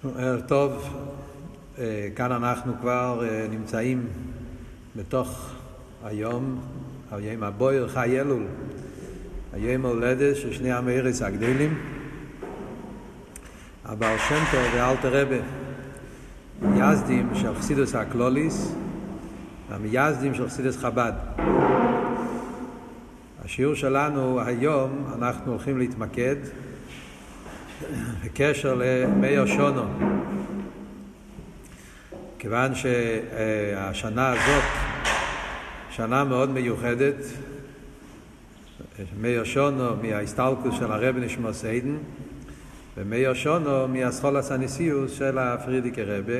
ערב טוב, כאן אנחנו כבר נמצאים בתוך היום הבויר חי אלול, היום ההולדת של שני עמי ארץ הגדולים, הבעל שם טוב ואלתר רבי, מייסדים של חסידות הכלוליס והמייסדים של חסידות חב"ד. השיעור שלנו היום אנחנו הולכים להתמקד בקשר למאיר שונו, כיוון שהשנה הזאת שנה מאוד מיוחדת. מאיר שונו מההסתלקות של הרב נשמע סיידן, ומאיר שונו מהסחולת הנשיאות של הפרידיקי רבי.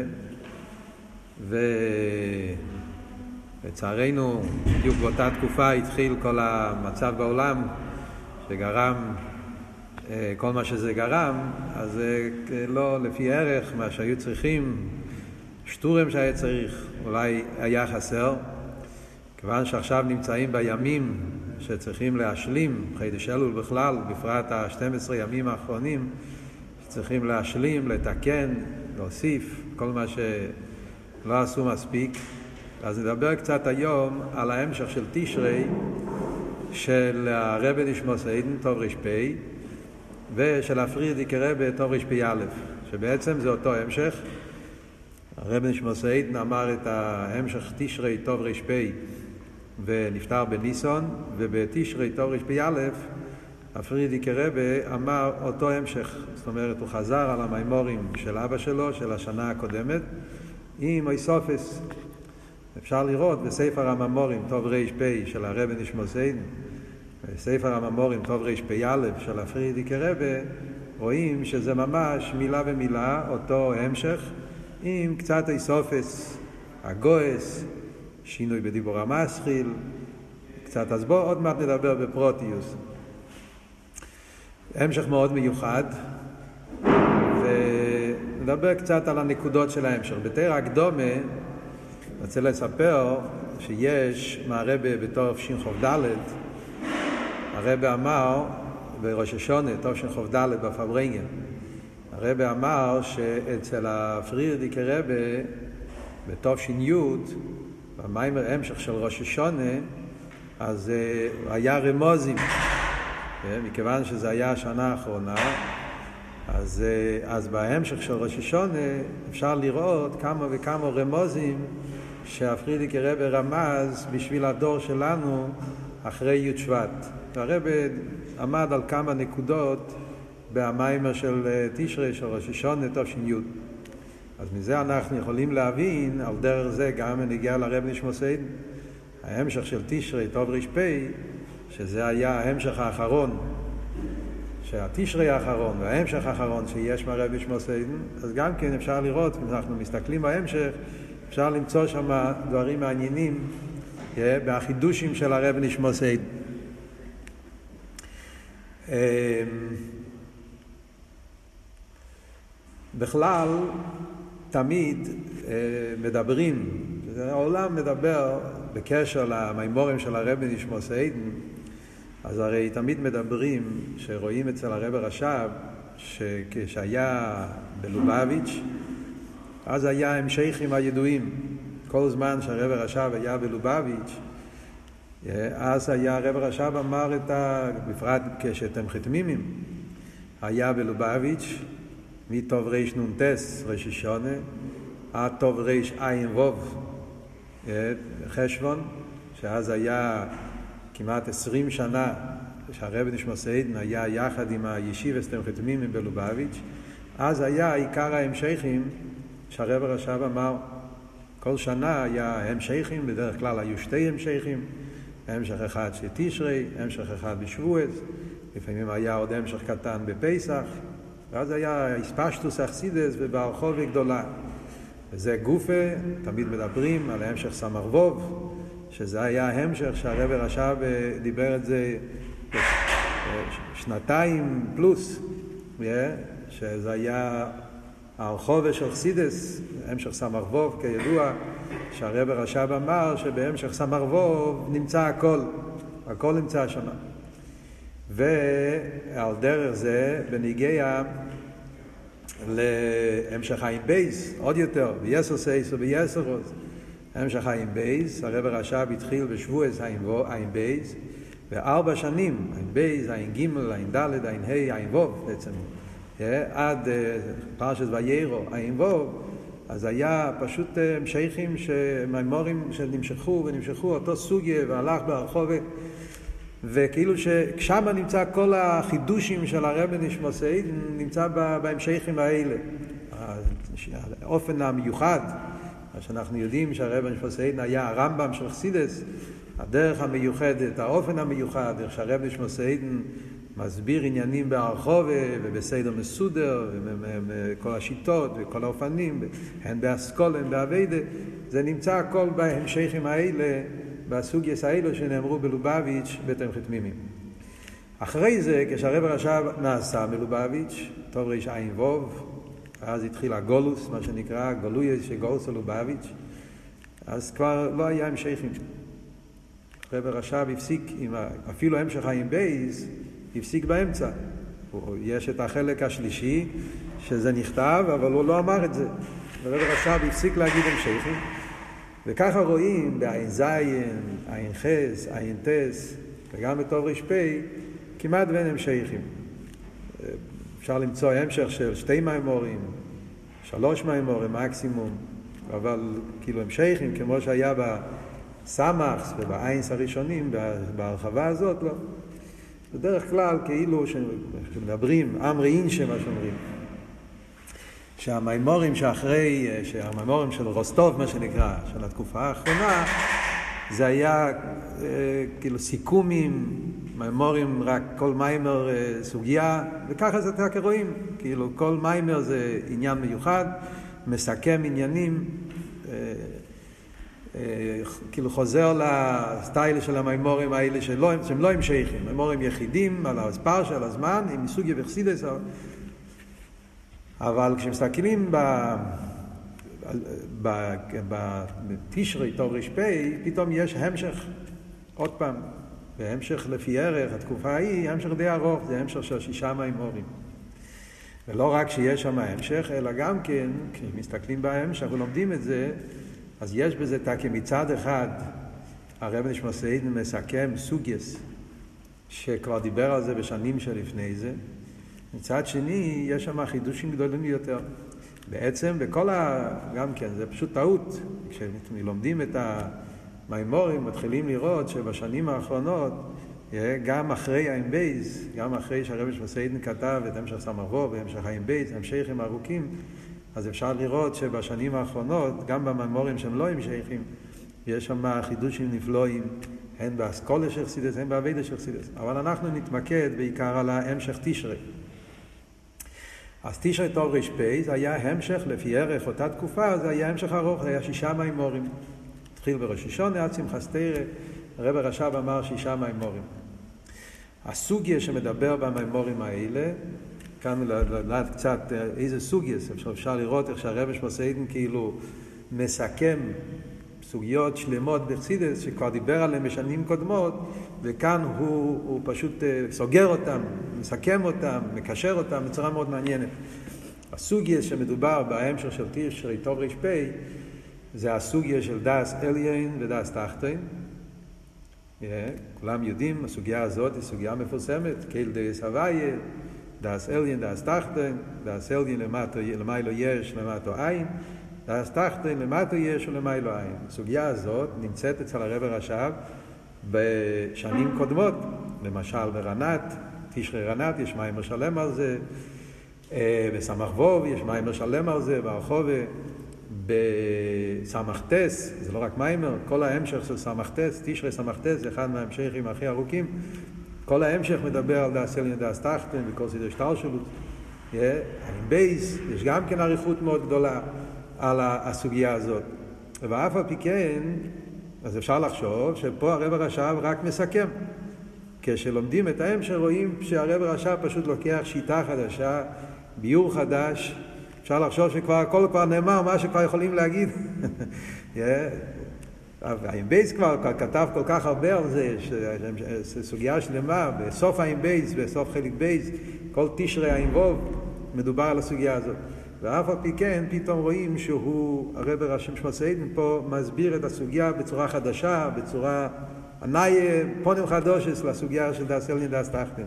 ולצערנו בדיוק באותה תקופה התחיל כל המצב בעולם שגרם כל מה שזה גרם, אז לא לפי ערך מה שהיו צריכים, שטורם שהיה צריך, אולי היה חסר, כיוון שעכשיו נמצאים בימים שצריכים להשלים, חידש אלול בכלל, בפרט ה-12 ימים האחרונים, שצריכים להשלים, לתקן, להוסיף, כל מה שלא עשו מספיק. אז נדבר קצת היום על ההמשך של תשרי, של הרב נשמע סיידן, טוב רשפי, ושל הפרידיקי רבי טוב רשפי א', שבעצם זה אותו המשך. הרב נשמע סיידן אמר את ההמשך תשרי טוב רשפי ונפטר בניסון, ובתשרי טוב רשפי א' הפרידיקי רבי אמר אותו המשך. זאת אומרת, הוא חזר על המיימורים של אבא שלו של השנה הקודמת עם איסופס. אפשר לראות בספר הממורים טוב רשפי של הרב נשמע סיידן, בספר הממורים טוב רשפי א' של הפרידיקי רבי, רואים שזה ממש מילה במילה אותו המשך, עם קצת איסופס, הגויס, שינוי בדיבור המסחיל, קצת. אז בוא עוד מעט נדבר בפרוטיוס. המשך מאוד מיוחד, ונדבר קצת על הנקודות של ההמשך. בתורה הקדומה רוצה לספר שיש מהרבי בתור ש"ד, הרבי אמר בראש השונה, טוב ש"ד בפברנגן, הרבי אמר שאצל הפרידיקי רבי בטוב ש"י, במיימר המשך של ראש השונה, אז היה רמוזים, מכיוון שזה היה השנה האחרונה, אז בהמשך של ראש השונה אפשר לראות כמה וכמה רמוזים שהפרידיקי רבי רמז בשביל הדור שלנו אחרי י' שבט. והרבי עמד על כמה נקודות במיימר של תשרי של ראש השונה טוב ש"י. אז מזה אנחנו יכולים להבין, על דרך זה גם נגיע לרב נשמע סיידן, ההמשך של תשרי טוב רשפי, שזה היה ההמשך האחרון, שהתשרי האחרון וההמשך האחרון שיש מהרב נשמע סיידן, אז גם כן אפשר לראות, אם אנחנו מסתכלים בהמשך, אפשר למצוא שם דברים מעניינים באחידושים של הרב נשמע סיידן. בכלל תמיד מדברים, העולם מדבר בקשר למיימורים של הרב נשמע סיידן, אז הרי תמיד מדברים שרואים אצל הרב רש"ב שכשהיה בלובביץ' אז היה המשכים הידועים. כל זמן שהרב רש"ב היה בלובביץ' אז היה הרב רש"ב אמר בפרט כשאתם חתמימים, היה בלובביץ' מטוב ריש נונטס ראש השונה עד טוב ריש עין ווב חשבון, שאז היה כמעט 20 שנה שהרב נשמע סיידן היה יחד עם הישיבה שאתם חתמימים בלובביץ'. אז היה עיקר ההמשכים שהרב רש"ב אמר. כל שנה היה המשכים, בדרך כלל היו שתי המשכים, המשך אחד של תשרי, המשך אחד בשבועס, לפעמים היה עוד המשך קטן בפסח, ואז היה הספשטוס אכסידס ובערכו וגדולה. וזה גופה, תמיד מדברים על המשך סמר ווב, שזה היה המשך שהרב רש"ב דיבר את זה שנתיים פלוס, שזה היה הרחובה של חסידס, המשך סמר ווב, כידוע שהרב רש"ב אמר שבהמשך סמר ווב נמצא הכל נמצא שם. ועל דרך זה בניגיה להמשך חיים בייס, עוד יותר, ביסר סייס וביסר רוס. המשך חיים בייס, הרב הרש"ב התחיל בשבועס עין בייס, ו4 שנים, עין בייס, עין גימל, עין ד', עין ה', עין ווב בעצם, עד פרשת ויירו, עין ווב, אז היה פשוט המשכים מימורים שנמשכו ונמשכו, אותו סוגיה והלך ברחובה, וכאילו ששם נמצא כל החידושים של הרב נשמות סעידן, נמצא בהמשכים האלה. האופן המיוחד, מה שאנחנו יודעים שהרב נשמות סעידן היה הרמב"ם של חסידס, הדרך המיוחדת, האופן המיוחד, איך שהרב נשמות סעידן מסביר עניינים בהרחובה ובסדר מסודר, וכל השיטות וכל האופנים, הן באסכולה, באביידה, זה נמצא הכל בהמשכים האלה, בסוגיות האלו שנאמרו בלובביץ' בתמחת תמימים. אחרי זה, כשהרב הרש"ב נעשה מלובביץ', טוב ריש עין ווב, אז התחיל הגולוס, מה שנקרא, גולויה שגולוס לובביץ', אז כבר לא היה המשכים. הרב הרש"ב הפסיק, אפילו המשך חיים בייס, הפסיק באמצע. יש את החלק השלישי, שזה נכתב, אבל הוא לא אמר את זה. הרב הרש"ב הפסיק להגיד המשכים. וככה רואים בעין זין, עין חס, עין תס, וגם בטוב רשפי, כמעט ואין המשכים. אפשר למצוא המשך של 2 מימורים, 3 מימורים מקסימום, אבל כאילו המשכים, כמו שהיה בסמ"ך ובעינס הראשונים, בהרחבה הזאת, לא. בדרך כלל, כאילו שמדברים, אמרי אינשה, מה שאומרים, שהמימורים שאחרי, שהמימורים של רוסטוב, מה שנקרא, של התקופה האחרונה, זה היה כאילו סיכומים, מימורים רק כל מיימר סוגיה, וככה זה אתה כרואים, כאילו כל מיימר זה עניין מיוחד, מסכם עניינים, כאילו חוזר לסטייל של המימורים האלה שהם לא המשכים, מימורים יחידים על הפרשה, על הזמן, עם סוגיה וחסידס, אבל כשמסתכלים בתשרי טוב רשפי, פתאום יש המשך, עוד פעם, והמשך לפי ערך, התקופה ההיא, המשך די ארוך, זה המשך של 6 מימורים. ולא רק שיש שם המשך, אלא גם כן, כשמסתכלים בהמשך ולומדים את זה, אז יש בזה תקי מצד אחד, הרב נשמות סעידן מסכם סוגייס, שכבר דיבר על זה בשנים שלפני זה, מצד שני, יש שם חידושים גדולים יותר. בעצם, גם כן, זה פשוט טעות. כשלומדים את המימורים, מתחילים לראות שבשנים האחרונות, גם אחרי עין בייס, גם אחרי שהרב נשמות סעידן כתב את המשך סמ"ך והמשך עין בייס, המשכים ארוכים, אז אפשר לראות שבשנים האחרונות, גם במימורים שהם לא המשכים, יש שם חידושים נפלאים, הן באסכולה של חסידס, הן באביידה של חסידס. אבל אנחנו נתמקד בעיקר על ההמשך תשרי. אז תשרי טוב רשפי, זה היה המשך לפי ערך אותה תקופה, זה היה המשך ארוך, זה היה 6 מימורים. התחיל בראש השונה, עד שמחת תורה, הרב הרש"ב אמר 6 מימורים. הסוגיה שמדבר במימורים האלה, כאן לדעת קצת איזה סוגיה, אפשר לראות איך שהרב נשמות סעידן כאילו מסכם סוגיות שלמות בחסידס שכבר דיבר עליהן בשנים קודמות, וכאן הוא פשוט סוגר אותם, מסכם אותם, מקשר אותם בצורה מאוד מעניינת. הסוגיה שמדובר בהמשך של תשרי טוב רשפי, זה הסוגיה של דאס עליון ודאס תחתון. כולם יודעים, הסוגיה הזאת היא סוגיה מפורסמת, קהיל דאס הוויה, דאס עליון, דאס תחתון, דאס עליון למיילו יש, למטו עין, דאס תחתון, למטו יש ולמיילו עין. הסוגיה הזאת נמצאת אצל הרב הרש"ב בשנים קודמות, למשל ברנת, תשרי רנת, יש מיימר שלם על זה, בסמ"ך ווב יש מיימר שלם על זה, ברחובה, בסמ"ך תס, זה לא רק מיימר, כל ההמשך של סמ"ך תס, תשרי סמ"ך תס, זה אחד מההמשכים הכי ארוכים, כל ההמשך מדבר על דאס עליון דאס תחתון וכל סדר השתלשלות. עם בייס, יש גם כן אריכות מאוד גדולה על הסוגיה הזאת. ואף על פי כן, אז אפשר לחשוב שפה הרב הרש"ב רק מסכם. כשלומדים את ההמשך רואים שהרב הרש"ב פשוט לוקח שיטה חדשה, ביור חדש, אפשר לחשוב שכבר הכל כבר נאמר, מה שכבר יכולים להגיד. העין בייס כבר כתב כל כך הרבה על זה, סוגיה שלמה, בסוף העין בייס, בסוף חלק בייס, כל תשרי עין ווב, מדובר על הסוגיה הזאת. ואף על פי כן, פתאום רואים שהוא, הרב רש"ם שמסעידן פה, מסביר את הסוגיה בצורה חדשה, בצורה ענאי, פונים חדושס לסוגיה של דאס אלנין דאס תחתן.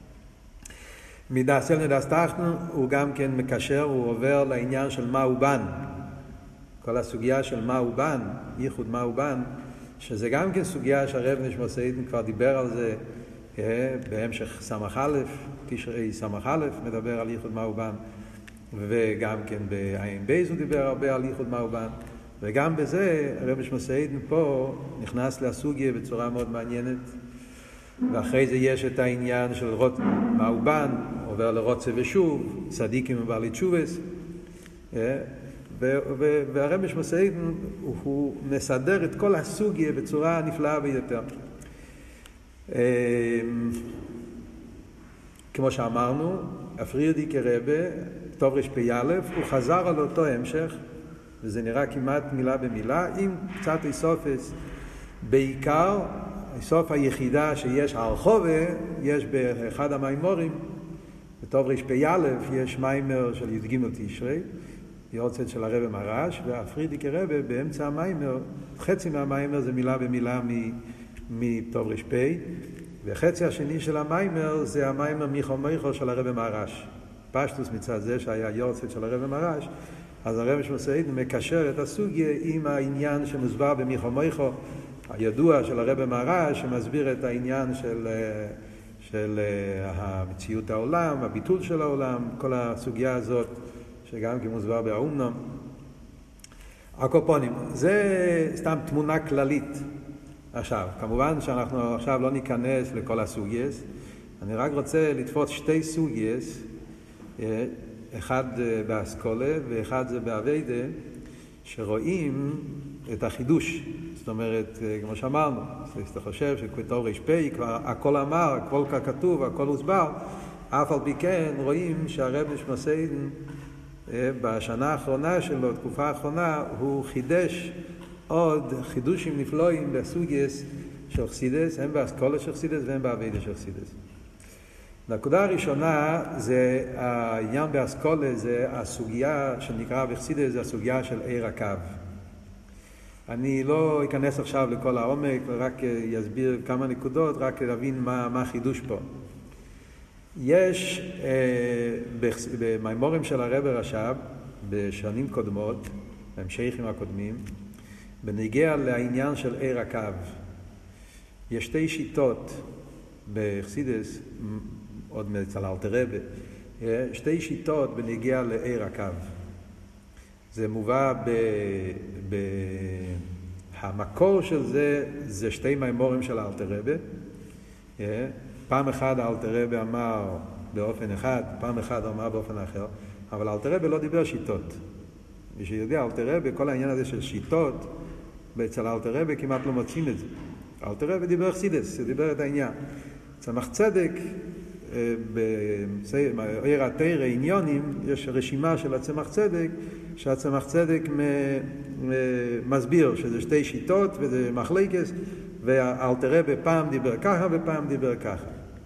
מדאס אלנין דאס תחתן הוא גם כן מקשר, הוא עובר לעניין של מה הוא בן. כל הסוגיה של מה הוא בן, ייחוד מה הוא בן, שזה גם כן סוגיה שהרב נשמסעידן כבר דיבר על זה, בהמשך סמך א', תשרי סמך א', מדבר על ייחוד מה הוא בן, וגם כן בעין בייז הוא דיבר הרבה על ייחוד מה הוא בן, וגם בזה הרב נשמסעידן פה נכנס לסוגיה בצורה מאוד מעניינת, ואחרי זה יש את העניין של מה הוא בן, עובר לרוצה ושוב, צדיקים ובעלי תשובס, והרב נשמסעידן הוא מסדר את כל הסוגיה בצורה נפלאה ביותר. כמו שאמרנו, הפרידיקי רבה, טוב רפ"א, הוא חזר על אותו המשך, וזה נראה כמעט מילה במילה, עם קצת איסופס, בעיקר איסוף היחידה שיש על חובה, יש באחד המיימורים, בטוב רפ"א יש מיימר של י"ג תשרי, יורצת של הרב מרש, והפרידיקי רבה באמצע המיימר, חצי מהמיימר זה מילה במילה מטוב רפ"א, וחצי השני של המיימר זה המיימר מיכו מיכו של הרב מרש. פשטוס מצד זה שהיה יורצת של הרב מרש, אז הרב נשמסעידן מקשר את הסוגיה עם העניין שמוסבר במיכו מיכו, הידוע של הרב מרש, שמסביר את העניין של המציאות העולם, הביטול של העולם, כל הסוגיה הזאת, שגם כמוסבר באומנם. הקופונים, זה סתם תמונה כללית. עכשיו, כמובן שאנחנו עכשיו לא ניכנס לכל הסוגייס, אני רק רוצה לתפוס שתי סוגייס, אחד באסכולה ואחד זה בעבודה, שרואים את החידוש. זאת אומרת, כמו שאמרנו, אתה חושב שכתוב רפ"א כבר הכל אמר, הכל כתוב, הכל הוסבר, אף על פי כן רואים שהרב נשמסעידן בשנה האחרונה שלו, תקופה האחרונה, הוא חידש עוד חידושים נפלאים בסוגייס של חסידס, הם באסכולה של חסידס והם בעבודה של חסידס. הנקודה הראשונה זה העניין באסכולה, זה הסוגיה שנקרא בחסידס, זה הסוגיה של עיר הקו. אני לא אכנס עכשיו לכל העומק, רק יסביר כמה נקודות, רק להבין מה החידוש פה. יש במיימורים של הרב רש"ב, בשנים קודמות, בהמשכים הקודמים, בנגיע לעניין של עיר הקו. יש שתי שיטות בחסידס, עוד אצל אלתר רבי, שתי שיטות בנגיע לעיר הקו. זה מובא המקור של זה שתי מיימורים של אלתר רבי. פעם אחד אלתר רבי אמר באופן אחד, פעם אחד אמר באופן אחר, אבל אלתר רבי לא דיבר שיטות. מי שיודע, אלתר רבי, כל העניין הזה של שיטות, אצל אלתר רבי כמעט לא מוצאים את זה. אלתר רבי דיבר חסידס, הוא דיבר את העניין. צמח צדק, בעיר התורה עניונים, יש רשימה של הצמח צדק, שהצמח צדק מסביר שזה שתי שיטות וזה מחלקס, ואלתר רבי פעם דיבר ככה ופעם דיבר ככה.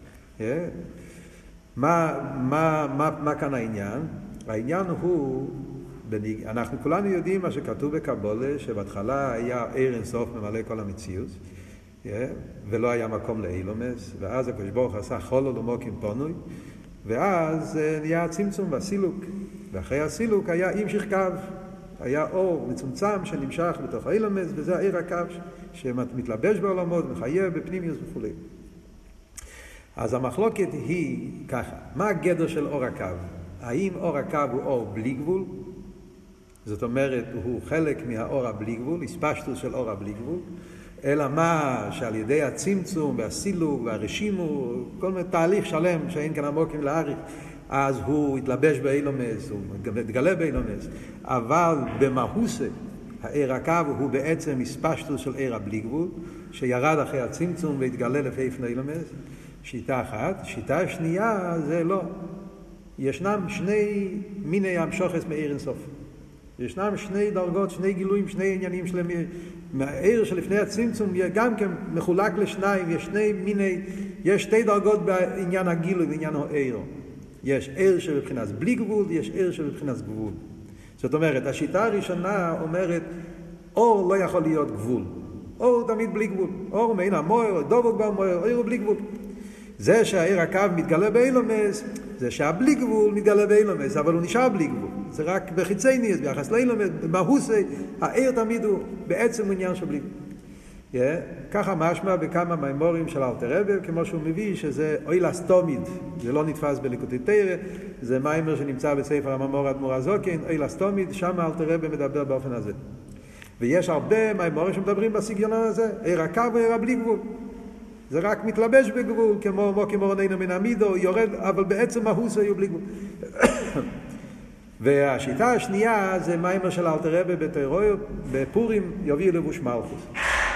מה כאן העניין? העניין הוא, אנחנו כולנו יודעים מה שכתוב בקבולה, שבהתחלה היה עיר אינסוף ממלא כל המציאות, ולא היה מקום לאילומס, ואז הקדוש ברוך הוא עשה חולו ומוקים פונוי, ואז נהיה הצמצום והסילוק, ואחרי הסילוק היה המשיך קו, היה אור מצומצם שנמשך בתוך האילומס, וזה העיר הקו שמתלבש בעולמות, מחייב בפנימיוס וכו'. אז המחלוקת היא ככה, מה הגדר של אור הקו? האם אור הקו הוא אור בלי גבול? זאת אומרת, הוא חלק מהאור הבלי גבול, הספשטוס של אור הבלי גבול, אלא מה שעל ידי הצמצום והסילוק והרשימו, כל מיני תהליך שלם שאין כאן עמוקים להעריך, אז הוא התלבש באילומס, הוא מתגלה באילומס, אבל במהוסה, העיר הקו הוא בעצם הספשטוס של עיר הבלי גבול, שירד אחרי הצמצום והתגלה לפי פני אילומס, שיטה אחת. שיטה שנייה זה לא. ישנם שני מיני המשוחס מעיר אינסוף. ישנם שני דרגות, שני גילויים, שני עניינים שלמים. מהעיר שלפני הצמצום גם כן מחולק לשניים, יש שני דרגות בעניין הגילוי, בעניין העיר. יש עיר שבבחינת בלי גבול, יש עיר שבבחינת גבול. זאת אומרת, השיטה הראשונה אומרת, אור לא יכול להיות גבול. אור תמיד בלי גבול. אור מעין המוער, דובוק במוער, אור בלי גבול. זה שהעיר הקו מתגלה באילומס, זה שהבלי גבול מתגלה באילומס, אבל הוא נשאר בלי גבול. זה רק בחיצי ניס, ביחס לאילומס, במהוסי, העיר תמיד הוא בעצם עניין של בלי גבול. ככה משמע בכמה מימורים של אלתר רבי, כמו שהוא מביא שזה אוילס תומיד, זה לא נתפס בליקוטי תורה, זה מיימר שנמצא בספר המאמר אדמו"ר הזקן, אוילס תומיד, שם אלתר רבי מדבר באופן הזה. ויש הרבה מימורים שמדברים בסגנון הזה, עיר הקו ועיר הבלי גבול. זה רק מתלבש בגבול, כמו רוננו מן המידו, יורד, אבל בעצם מהוס היו בלי גבול. והשיטה השנייה זה מיימר של אלתר רבי בתורה, בפורים יביא לבוש מלכות.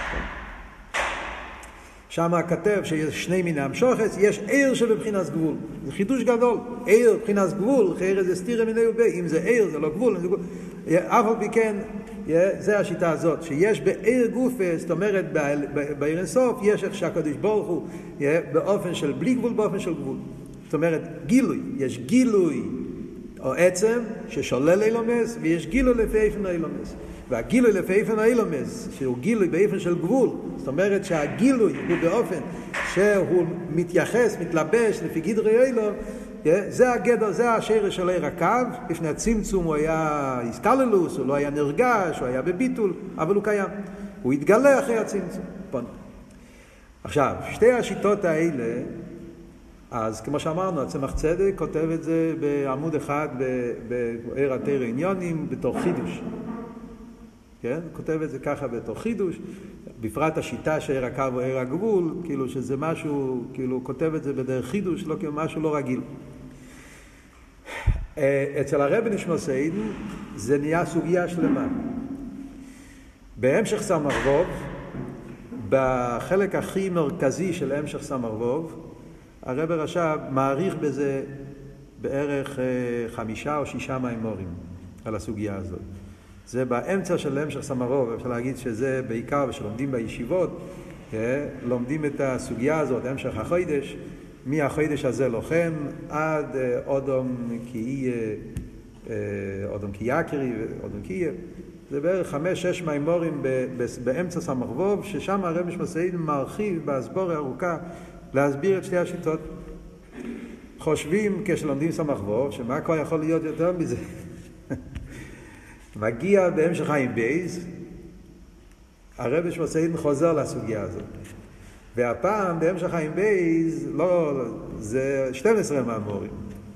שם כתב שיש שני מיני המשוחס, יש עיר שבבחינת גבול. זה חידוש גדול. עיר בבחינת גבול, חיר זה סתירה מיני ובי. אם זה עיר זה לא גבול. אף על פי כן, זה השיטה הזאת, שיש בעיר גופה, זאת אומרת, בעיר אינסוף, יש איך שהקדוש ברוך הוא, באופן של בלי גבול, באופן של גבול. זאת אומרת, גילוי. יש גילוי או עצם ששולל אילומס, ויש גילוי לפי איפן האילומס. והגילוי לפי איפן האילומס, שהוא גילוי באיפן של גבול, זאת אומרת שהגילוי הוא באופן שהוא מתייחס, מתלבש לפי גדרי אילום, זה הגדר, זה השרש של עיר הקו. לפני הצמצום הוא היה איסקללוס, הוא לא היה נרגש, הוא היה בביטול, אבל הוא קיים. הוא התגלה אחרי הצמצום. עכשיו, שתי השיטות האלה, אז כמו שאמרנו, הצמח צדק כותב את זה בעמוד אחד בעיר התורה עניונים בתור חידוש. כן? כותב את זה ככה בתור חידוש, בפרט השיטה שעיר הקו או עיר הגבול, כאילו שזה משהו, כאילו כותב את זה בדרך חידוש, לא כאילו משהו לא רגיל. אצל הרבי נשמע סיידן זה נהיה סוגיה שלמה. בהמשך סמ"ך ווב, בחלק הכי מרכזי של המשך סמ"ך ווב, הרבי רש"ב מעריך בזה בערך 5 או 6 מימורים על הסוגיה הזאת. זה באמצע של המשך סמ"ך ווב, אפשר להגיד שזה בעיקר שלומדים בישיבות, לומדים את הסוגיה הזאת, המשך החודש, מהחודש הזה לוחם עד אודום קייקרי ואודום קייב. זה בערך 5-6 מימורים באמצע סמ"ך ווב, ששם הרבי נשמע סיידן מרחיב בהסבורה ארוכה להסביר את שתי השיטות. חושבים כשלומדים סמ"ך ווב, שמה כבר יכול להיות יותר מזה? מגיע בהמשך חיים בייז, הרבי נשמע סיידן חוזר לסוגיה הזאת. והפעם בהמשך חיים בייז, לא, זה 12 מאמורים.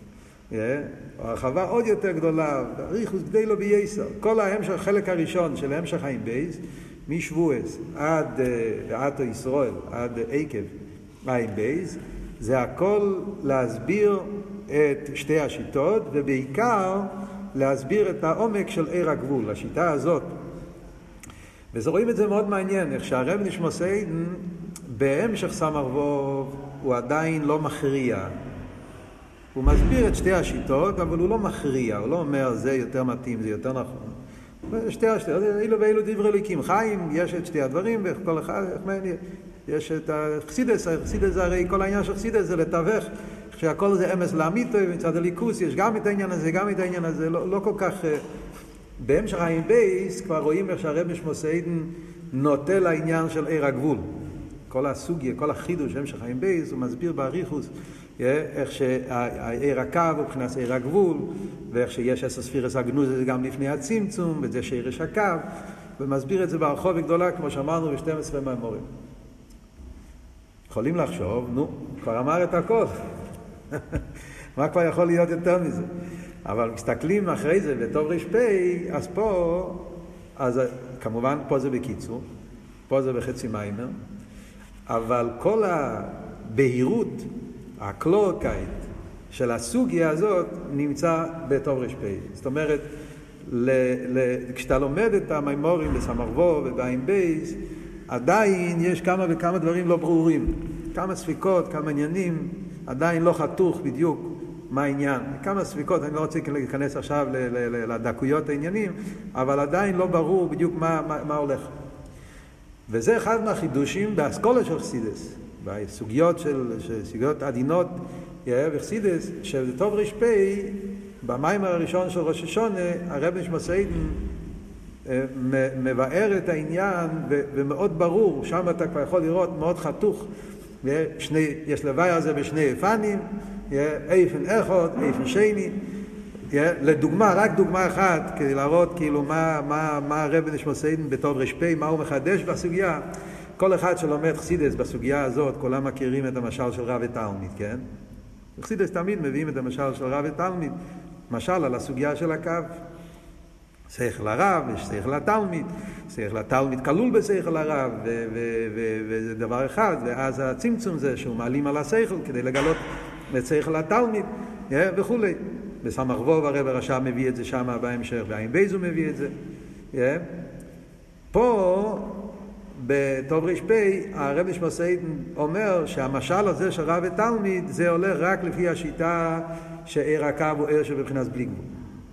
הרחבה עוד יותר גדולה, ריחוס גדי לו בייסר. כל ההמשך, החלק הראשון של המשך חיים בייז, משבועס עד עתו ישראל, עד עקב חיים בייז, זה הכל להסביר את שתי השיטות, ובעיקר להסביר את העומק של עיר הגבול, השיטה הזאת. וזה רואים את זה מאוד מעניין, איך שהרבי נשמע סיידן, בהמשך סמ"ך ווב הוא עדיין לא מכריע. הוא מסביר את שתי השיטות, אבל הוא לא מכריע, הוא לא אומר זה יותר מתאים, זה יותר נכון. שתי השיטות, אילו ואילו דברי אלוקים חיים, יש את שתי הדברים, וכל אחד, יש את החסידס, החסידס הרי כל העניין של החסידס זה לתווך, שהכל זה אמס לאמיתו, ומצד הליכוס יש גם את העניין הזה, גם את העניין הזה, לא כל כך... בהמשך חיים בייס כבר רואים איך שהרבי נשמע סיידן נוטה לעניין של עיר הגבול. כל הסוגיה, כל החידוש המשך חיים בייס, הוא מסביר באריכוס איך שהעיר הקו הוא מבחינת עיר הגבול, ואיך שיש 10 ספירס הגנוז זה גם לפני הצמצום, וזה שעירש הקו, ומסביר את זה בהרחוב גדולה, כמו שאמרנו ב-12 מאמרים. יכולים לחשוב, נו, כבר אמר את הכל. מה כבר יכול להיות יותר מזה? אבל מסתכלים אחרי זה בטוב רשפי, אז פה, אז כמובן פה זה בקיצור, פה זה בחצי מיימר, אבל כל הבהירות, הקלורקאית של הסוגיה הזאת נמצא בטוב רשפי. זאת אומרת, כשאתה לומד את המיימורים בסמ"ך ווב ובעין בייס, עדיין יש כמה וכמה דברים לא ברורים, כמה ספיקות, כמה עניינים, עדיין לא חתוך בדיוק מה העניין. כמה ספיקות, אני לא רוצה להיכנס עכשיו לדקויות העניינים, אבל עדיין לא ברור בדיוק מה הולך. וזה אחד מהחידושים באסכולה של חסידס, בסוגיות סוגיות עדינות, וחסידס, שבטוב רשפי, במיימר הראשון של ראש השונה, הרב נשמע סיידן מבאר את העניין, ומאוד ברור, שם אתה כבר יכול לראות מאוד חתוך, יש לבאר הזה בשני אופנים, איפן אחד, איפן שני, לדוגמה, רק דוגמה אחת, כדי להראות כאילו מה הרב נשמע סיידן בטוב רשפי, מה הוא מחדש בסוגיה. כל אחד שלומד חסידס בסוגיה הזאת, כולם מכירים את המשל של רב ותלמיד, כן? חסידס תמיד מביאים את המשל של רב ותלמיד, משל על הסוגיה של הקו. שכל הרב, יש שכל התלמיד, שכל התלמיד כלול בשכל הרב, וזה דבר אחד, ואז הצמצום זה שהוא מעלים על השכל כדי לגלות את שכל התלמיד, וכו'. בסמ"ך וו הרב הרש"ב מביא את זה שם בהמשך, בעין בייז הוא מביא את זה. פה, בטוב רשפי, הרב נשמע סיידן אומר שהמשל הזה של רב ותלמיד, זה הולך רק לפי השיטה שעיר הקו הוא עיר שבבחינת בלי גבול.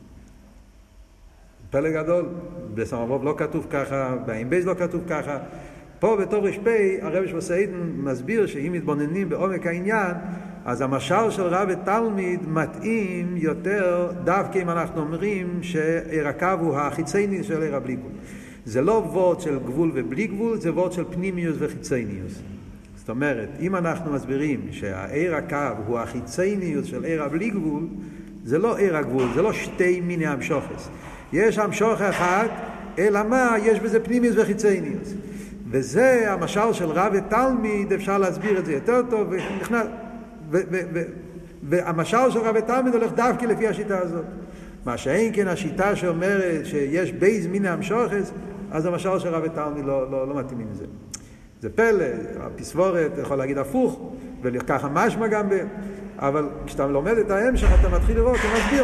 פלא גדול, בסמ"ך וו לא כתוב ככה, בעין בייז לא כתוב ככה. פה בטוב רשפי, הרב נשמע סיידן מסביר שאם מתבוננים בעומק העניין, אז המשל של רב ותלמיד מתאים יותר דווקא אם אנחנו אומרים שעיר הקו הוא החיצייני של עיר הבלי גבול. זה לא וורד של גבול ובלי גבול, זה וורד של פנימיוס וחיצייניוס. זאת אומרת, אם אנחנו מסבירים שהעיר הקו הוא החיצייניוס של עיר הבלי גבול, זה לא עיר הגבול, זה לא שתי מיני המשוכס. יש המשוך אחד, אלא מה? יש בזה פנימיוס וחיצייניוס. וזה המשל של רב ותלמיד, אפשר להסביר את זה יותר טוב, ונכנס... והמשל של רב ותלמיד הולך דווקא לפי השיטה הזאת. מה שאין כן השיטה שאומרת שיש בייז מיני המשוכס, אז המשל של רב ותלמיד לא מתאימים לזה. זה פלא, הפסבורת יכול להגיד הפוך, וככה משמע גם אבל כשאתה לומד את ההמשך אתה מתחיל לראות, אתה מסביר.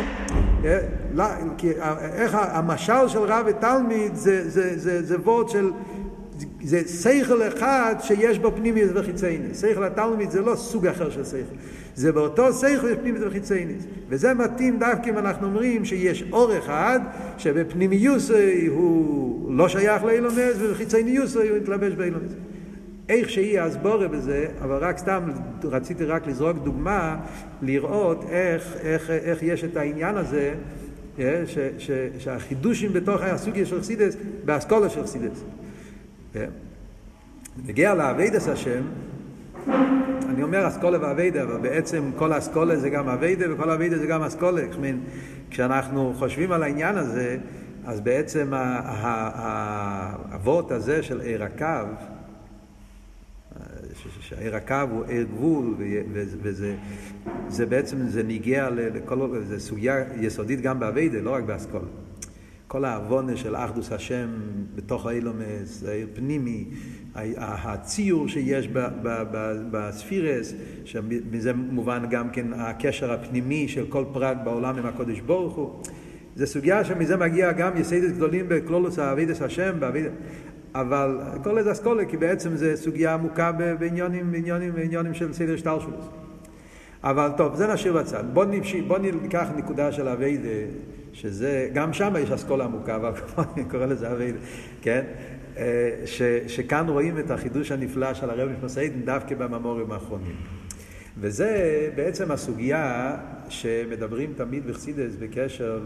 איך המשל של רב ותלמיד זה וורד של... זה שכל אחד שיש בו פנימיות וחיצייניס. שכל התלמיד זה לא סוג אחר של שכל. זה באותו שכל יש פנימיות וחיצייניס. וזה מתאים דווקא אם אנחנו אומרים שיש אור אחד שבפנימיוס הוא לא שייך לאילומס ובחיצייניוס הוא מתלבש באילומס. איך שהיא הסבורה בזה, אבל רק סתם רציתי רק לזרוק דוגמה לראות איך יש את העניין הזה שהחידושים בתוך הסוגיה של חסידס באסכולה של חסידס. נגיע לעבודת השם, אני אומר אסכולה ועבודה, אבל בעצם כל האסכולה זה גם עבודה וכל העבודה זה גם אסכולה. כשאנחנו חושבים על העניין הזה, אז בעצם האבות הזה של עיר הקו, שעיר הקו הוא עיר גבול, וזה בעצם זה ניגע לכל, זה סוגיה יסודית גם בעבודה, לא רק באסכולה. כל העוונה של אחדוס השם בתוך האילומס, העיר פנימי, הציור שיש בספירס, שמזה מובן גם כן הקשר הפנימי של כל פרט בעולם עם הקודש ברוך הוא. זו סוגיה שמזה מגיע גם יסודות גדולים בכלולוס עבודת השם, אבל כל איזה אסכולה, כי בעצם זו סוגיה עמוקה בעניינים של סדר השתלשלות. אבל טוב, זה נשאיר בצד. בוא ניקח נקודה של עבודה, שזה, גם שם יש אסכולה עמוקה, אבל אני קורא לזה עבודה, כן? שכאן רואים את החידוש הנפלא של הרב נשמע סיידן דווקא במאמרים האחרונים. וזה בעצם הסוגיה שמדברים תמיד בחסידס בקשר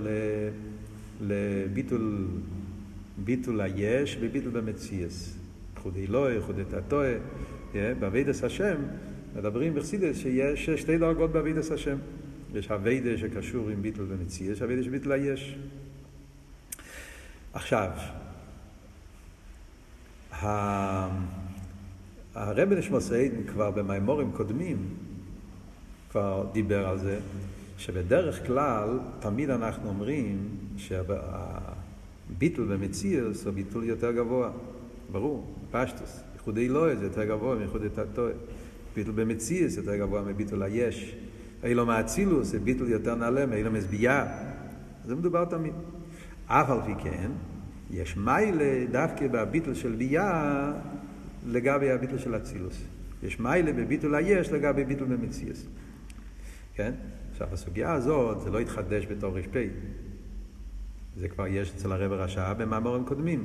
לביטול היש וביטול במציאס. ייחוד אלוהי, ייחוד תתוה, בעבודת השם מדברים בחסידס שיש שתי דרגות בעבודת השם. יש עבודה שקשור עם ביטול במציאס, יש עבודה שביטול היש. עכשיו, הרב נשמע סיידן כבר במאמרים קודמים כבר דיבר על זה, שבדרך כלל תמיד אנחנו אומרים שהביטול במציאס הוא ביטול יותר גבוה. ברור, פשטוס. ייחוד אלוהי זה יותר גבוה מייחוד תתוה. ביטול במציאס יותר גבוה מביטול היש. אילו מאצילוס זה ביטול יותר נעלה מאילו מסבייה. זה מדובר תמיד. אף על פי כן, יש מיילה דווקא בביטול של בייה לגבי הביטול של אצילוס. יש מיילה בביטול היש לגבי ביטול במציאס. כן? עכשיו, הסוגיה הזאת, זה לא התחדש בתור רשפי. זה כבר יש אצל הרב הרש"ב במאמרים קודמים.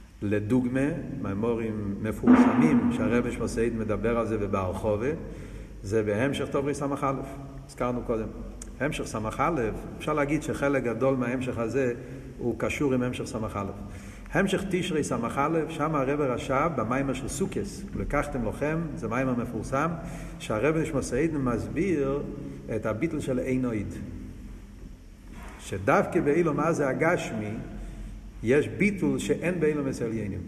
לדוגמה, מאמרים מפורסמים שהרב נשמע סיידן מדבר על זה ובהרחובה, זה בהמשך טוב סמך א', הזכרנו קודם. המשך סמך א', אפשר להגיד שחלק גדול מההמשך הזה הוא קשור עם המשך סמך א'. המשך תשרי סמך א', שם הרב רש"ב במיימר של סוכס, לקחתם לכם, זה מיימר מפורסם, שהרב נשמע סעידן מסביר את הביטל של אינויד. שדווקא באילום מה זה הגשמי, יש ביטול שאין באילום מסעליינים.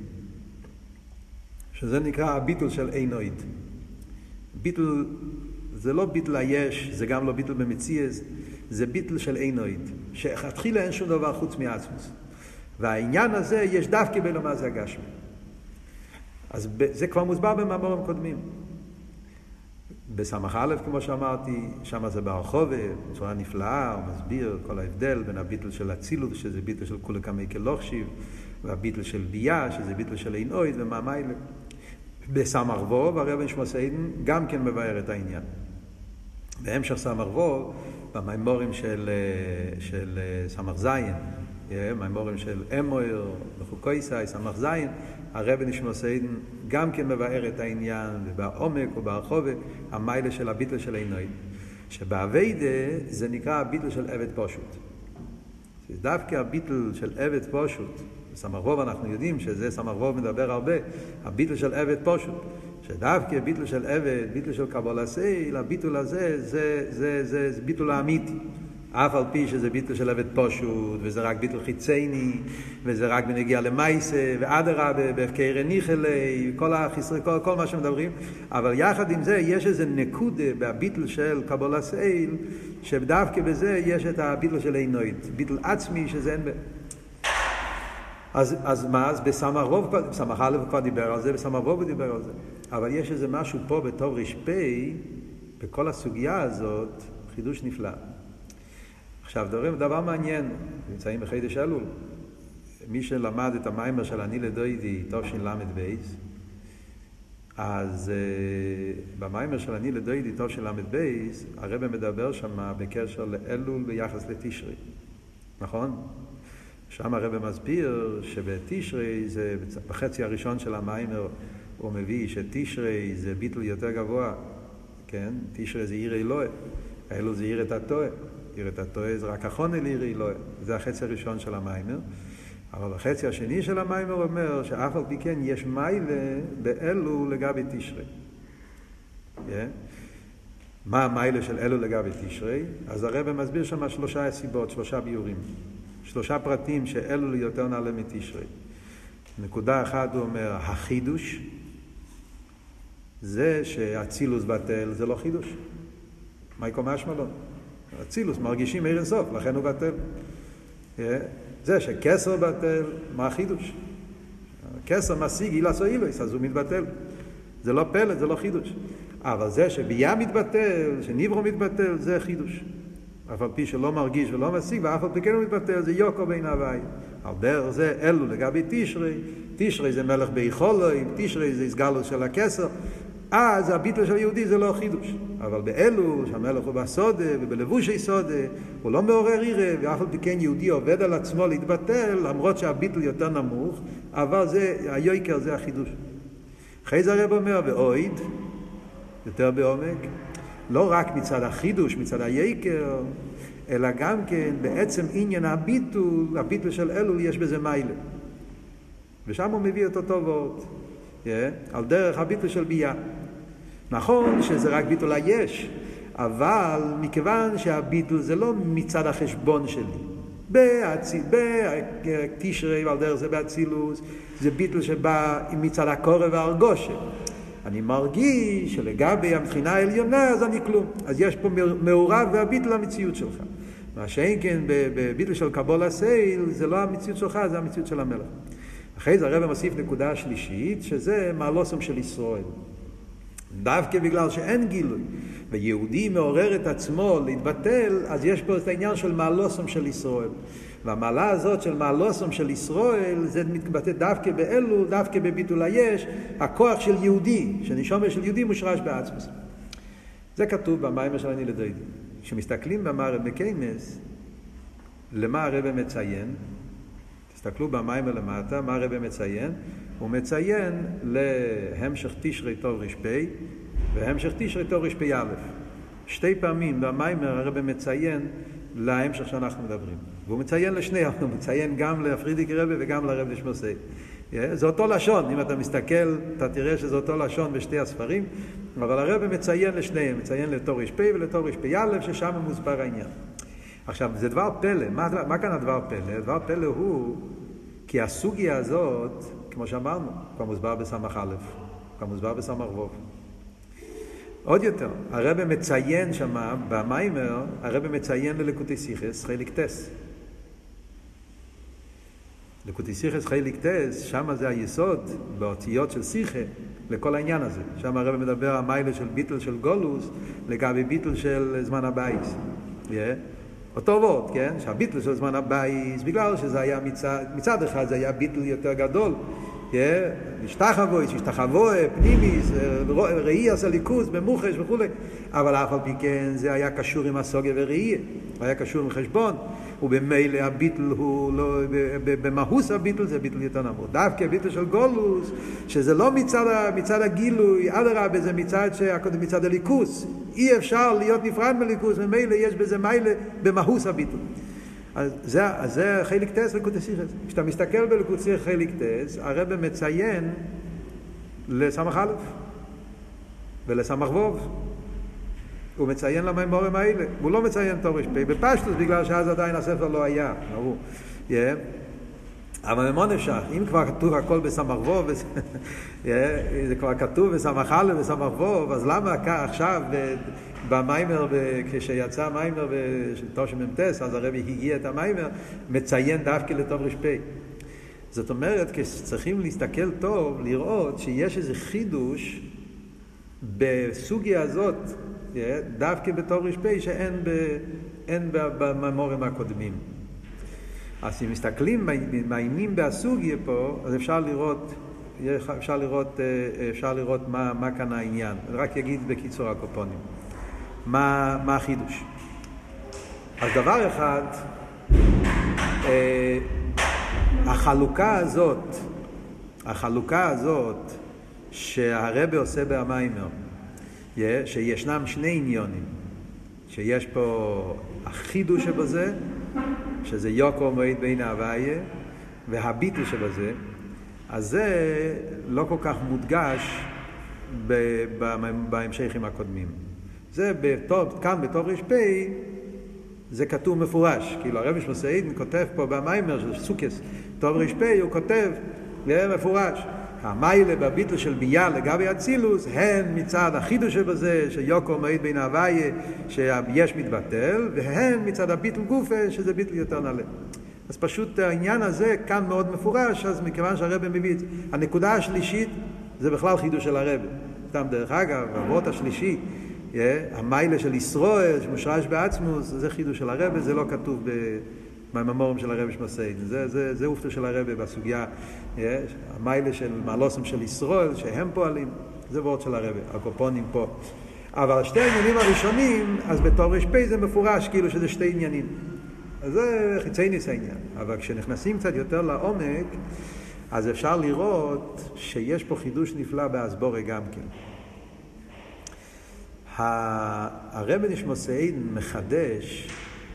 שזה נקרא הביטול של אינויד. ביטול, זה לא ביטול היש, זה גם לא ביטול במציאס, זה ביטול של אינויד. שהתחילה אין שום דבר חוץ מעצמוס. והעניין הזה יש דווקא באילום מה זה הגשמי. אז זה כבר מוסבר במאמרים קודמים. בסמך א', כמו שאמרתי, שם זה ברחובה, בצורה נפלאה, הוא מסביר כל ההבדל בין הביטל של אצילוס, שזה ביטל של כולי קמי כלוכשיב, והביטל של ביה, שזה ביטל של אינויד ומאמיילה. בסמך וו, הרב נשמע סעידן גם כן מבאר את העניין. בהמשך סמך וו, במיימורים של סמך זין, מימורים של אמויר, בחוקויסאי, סמך זין, הרב נשמע סעידן גם כן מבאר את העניין, ובעומק וברחובה, המיילה של הביטל של אינויד. שבעבודה זה נקרא הביטל של עבד פשוט. דווקא הביטל של עבד פשוט, בסמך וו אנחנו יודעים שזה סמך וו מדבר הרבה, הביטל של עבד פשוט. שדווקא ביטל של עבד, ביטל של קבלה סייל, הביטל הזה זה ביטל האמיתי. אף על פי שזה ביטל של עבד פשוט, וזה רק ביטל חיצייני, וזה רק בנגיע למייסה, ואדרה בהפקר ניחלי, כל מה שמדברים. אבל יחד עם זה יש איזה נקודה בביטל של קבלה סייל, שדווקא בזה יש את הביטל של אינויד, ביטל עצמי שזה אין אז מה? אז בסמך וו, בסמך א' כבר דיבר על זה, בסמך וו דיבר על זה. אבל יש איזה משהו פה בתור רשפי, בכל הסוגיה הזאת, חידוש נפלא. עכשיו, דבר מעניין, נמצאים בחידש אלול. מי שלמד את המיימר של אני לדוידי, תש"ל בייס, אז במיימר של אני לדוידי, תש"ל בייס, הרב מדבר שם בקשר לאלול ביחס לתשרי. נכון? שם הרב מסביר שבתשרי, זה בחצי הראשון של המיימר, הוא מביא שתשרי זה ביטל יותר גבוה, כן? תשרי זה עיר אלוהי, אלול זה עיר את התועה. עיר את התועה זה רק החונה לעיר אלוהי. זה החצי הראשון של המיימר. אבל החצי השני של המיימר אומר שאף על פי כן יש מיילה באלול לגבי תשרי. מה המיילה של אלול לגבי תשרי? אז הרב מסביר שם 3 סיבות, 3 ביורים. 3 פרטים שאלול יותר נעלה מתשרי. נקודה אחת הוא אומר, החידוש, זה שהצילוס בטל, זה לא חידוש. מה יקום משמע? הצילוס מרגישים עיר אינסוף, לכן הוא בטל. זה שכסר בטל, מה החידוש? כסר משיג אילס או אילוס, אז הוא מתבטל. זה לא פלט, זה לא חידוש. אבל זה שביה מתבטל, שניברו מתבטל, זה חידוש. אף על פי שלא מרגיש ולא משיג, ואף על פי כן הוא מתבטל, זה יוקו בין הווי. על דרך זה אלו לגבי תשרי, תשרי זה מלך ביכולוי, תשרי זה הסגלוס של הכסר, אז הביטל של יהודי זה לא חידוש. אבל באלו, שהמלך הוא בסודה ובלבושי סודה, הוא לא מעורר עירה, ואף על פי כן יהודי עובד על עצמו להתבטל, למרות שהביטל יותר נמוך, אבל זה, היוקר זה החידוש. אחרי זה הרב אומר, ואויד, יותר בעומק, לא רק מצד החידוש, מצד הייקר, אלא גם כן בעצם עניין הביטול של אלול יש בזה מיילה. ושם הוא מביא את אותו וורט, על דרך הביטול של ביה. נכון שזה רק ביטול היש, אבל מכיוון שהביטול זה לא מצד החשבון שלי. בתשרי ועל דרך זה באצילוס, זה ביטול שבא מצד הקורא והרגושה. אני מרגיש שלגבי המבחינה העליונה אז אני כלום. אז יש פה מעורב והביטל המציאות שלך. מה שאין כן בביטל של קבלה סייל זה לא המציאות שלך, זה המציאות של המלך. אחרי זה הרב מוסיף נקודה שלישית, שזה מעלוסם של ישראל. דווקא בגלל שאין גילוי, ויהודי מעורר את עצמו להתבטל, אז יש פה את העניין של מעלוסם של ישראל. והמעלה הזאת של מעלוסם של ישראל, זה מתבטא דווקא באלו, דווקא בביטול היש, הכוח של יהודי, שנשומר של יהודי מושרש בעצמוס. זה כתוב במיימר של אני לדוידי. כשמסתכלים במערב בקיימס, למה הרב מציין? תסתכלו במיימר למטה, מה הרב מציין? הוא מציין להמשך תשרי טוב רשפי, והמשך תשרי תורש פ"א. שתי פעמים במיימר הרב מציין להמשך שאנחנו מדברים. והוא מציין לשניהם, הוא מציין גם לפרידיק רבי וגם לרב נשמור סיידן. זה אותו לשון, אם אתה מסתכל, אתה תראה שזה אותו לשון בשתי הספרים, אבל הרב מציין לשניהם, מציין לתורש פ' ולתורש פ"א, ששם מוסבר העניין. עכשיו, זה דבר פלא. מה כאן הדבר פלא? דבר פלא הוא, כי הסוגיה הזאת, כמו שאמרנו, כבר מוסבר בסמך א', כבר מוסבר בסמך ו'. עוד יותר, הרב מציין שמה, במיימר, הרב מציין לליקוטי שיחס, חלק טס. ליקוטי שיחס, חלק טס, שמה זה היסוד, באותיות של שיחה, לכל העניין הזה. שם הרב מדבר על מיילה של ביטל של גולוס, לגבי ביטל של זמן הבייס. אותו וורט, כן? שהביטל של זמן הבייס, בגלל שזה היה מצד אחד, זה היה ביטל יותר גדול, השתחבוי, פנימיס, ראי עשה ליכוז, במוחש וכו'. אבל אף על פי כן זה היה קשור עם הסוגיה וראי, היה קשור עם חשבון, ובמילא הביטל הוא לא, במהוס הביטל זה ביטל יותר נמוך. דווקא הביטל של גולוס, שזה לא מצד הגילוי, אדרבה, זה מצד הליכוז. אי אפשר להיות נפרד מליכוז, ממילא יש בזה מילא במהוס הביטל. אז זה חלק טס ליקוטי שיחס. כשאתה מסתכל בליקוטי שיחס חלק טס, הרב מציין לסמך א' ולסמך ו'. הוא מציין למיימורים האלה. הוא לא מציין תורש פ' בפשטוס, בגלל שאז עדיין הספר לא היה. אבל ממון אפשר, אם כבר כתוב הכל בסמך ו', זה כבר כתוב בסמך א' וסמך ו', אז למה עכשיו במיימר, כשיצא מיימר של תושם ממתס, אז הרבי הגיע את המיימר, מציין דווקא לתורש פ'. זאת אומרת, כשצריכים להסתכל טוב, לראות שיש איזה חידוש בסוגיה הזאת, דווקא בתורש פ' שאין במיימורים הקודמים. אז אם מסתכלים, מעיינים בסוגיה פה, אז אפשר לראות מה כאן העניין. רק יגיד בקיצור הקופונים. מה החידוש? אז דבר אחד, החלוקה הזאת שהרבי עושה במיימר, שישנם שני עניונים, שיש פה החידוש שבזה, שזה יוקר מועד בין ההוויה, והביטל שבזה, אז זה לא כל כך מודגש בהמשכים הקודמים. זה כאן בתורש פ' זה כתוב מפורש, כאילו הרב נשמור סיידן כותב פה במיימר של סוכס תורש פ' הוא כותב מפורש, המיילה בביטל של ביה לגבי אצילוס הן מצד החידוש שבזה שיוקר מועד בין ההוויה שיש מתבטל, והן מצד הביטל גופה שזה ביטל יותר נעלה. אז פשוט העניין הזה כאן מאוד מפורש, אז מכיוון שהרב מביא את זה. הנקודה השלישית זה בכלל חידוש של הרב. סתם דרך אגב, הוורט השלישי, המיילה של ישראל שמושרש בעצמוס, זה חידוש של הרב, זה לא כתוב במיימורים של הרב נשמור סיידן. זה אופתו של הרב בסוגיה, המיילה של מעלוסם של ישראל שהם פועלים, זה וורט של הרב, הקופונים פה. אבל שתי העניינים הראשונים, אז בתורש פ' זה מפורש כאילו שזה שתי עניינים. אז זה חיצייניס העניין. אבל כשנכנסים קצת יותר לעומק, אז אפשר לראות שיש פה חידוש נפלא בהסבורה גם כן. הרב נשמור סיידן מחדש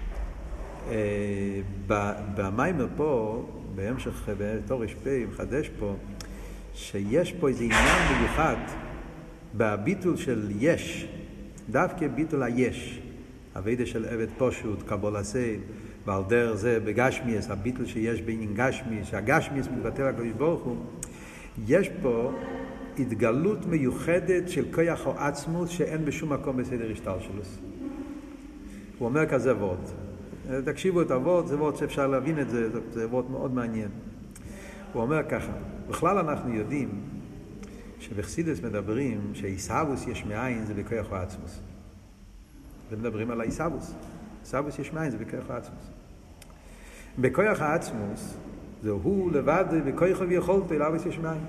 במיימר פה, בהמשך בתורש פ' מחדש פה, שיש פה איזה עניין מיוחד בביטול של יש, דווקא ביטול היש, הווידה של עבד פשוט, קבול הסייד, ועל דרך זה בגשמיאס, הביטול שיש בעניין גשמיאס, שהגשמיאס מתבטל הקדוש ברוך הוא, יש פה התגלות מיוחדת של כוח או עצמוס שאין בשום מקום בסדר השתלשלות. הוא אומר כזה וורט. תקשיבו את הוורט, זה וורט שאפשר להבין את זה, זה וורט מאוד מעניין. הוא אומר ככה, בכלל אנחנו יודעים שבחסידות מדברים שאיסאבוס יש מאין זה בכוח או עצמוס. ומדברים על האיסאבוס. איסאבוס יש מאין זה בכוח או עצמוס. בכוח העצמוס זה הוא לבד בכוח ויכולתו אליו יש מאין.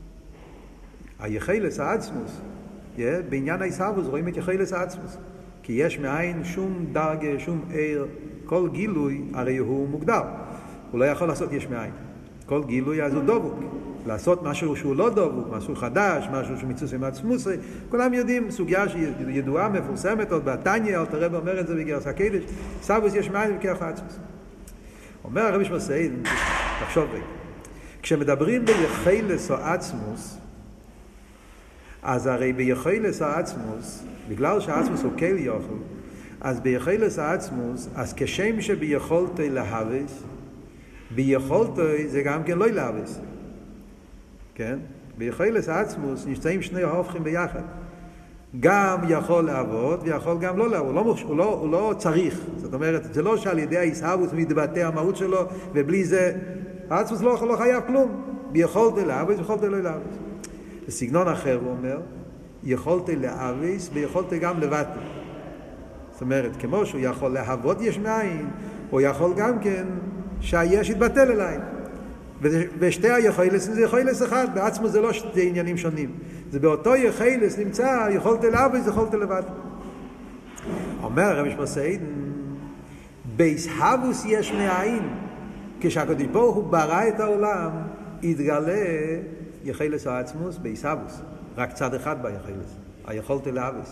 היחילס העצמוס, בעניין האיסאבוס רואים את יחילס העצמוס. כי יש מאין שום דרגה, שום עיר, כל גילוי הרי הוא מוגדר. הוא לא יכול לעשות יש מאין. כל גילוי אז הוא דבוק. לעשות משהו שהוא לא דבוק, משהו חדש, משהו שהוא מצוס עם עצמוס, כולם יודעים, סוגיה שידועה, מפורסמת, עוד בתניא, אלתר רבי אומר את זה בגרס הקדש, סבוס יש מים וכך העצמוס. אומר הרבי שמואל סעיד, תחשוב רגע, כשמדברים ביחילס או עצמוס, אז הרי ביחילס או עצמוס, בגלל שהעצמוס הוא כל יוכל, אז ביחילס או עצמוס, אז כשם שביכולתו להבס, ביכולתו זה גם כן לא להבס. כן? ביחילס עצמוס נמצאים שני ההופכים ביחד. גם יכול לעבוד ויכול גם לא לעבוד. הוא לא צריך. זאת אומרת, זה לא שעל ידי ההסהבות מתבטא המהות שלו, ובלי זה, העצמוס לא חייב כלום. ביכולת לעבוד ויכולת לא לעבוד. בסגנון אחר הוא אומר, יכולת לעבוד ויכולת גם לבטל. זאת אומרת, כמו שהוא יכול לעבוד יש מאין, הוא יכול גם כן שהיש יתבטל אליי. ושתי היחילס זה יחילס אחד, בעצמו זה לא שתי עניינים שונים. זה באותו יחילס נמצא, יכולת לעבוד, יכולת לבד. אומר הרבי שמואל סעיד, בהסהבוס יש מאין, כשהקדוש ברוך הוא ברא את העולם, התגלה יחילס העצמוס בהסהבוס. רק צד אחד ביחילס, היכולת לעבוד.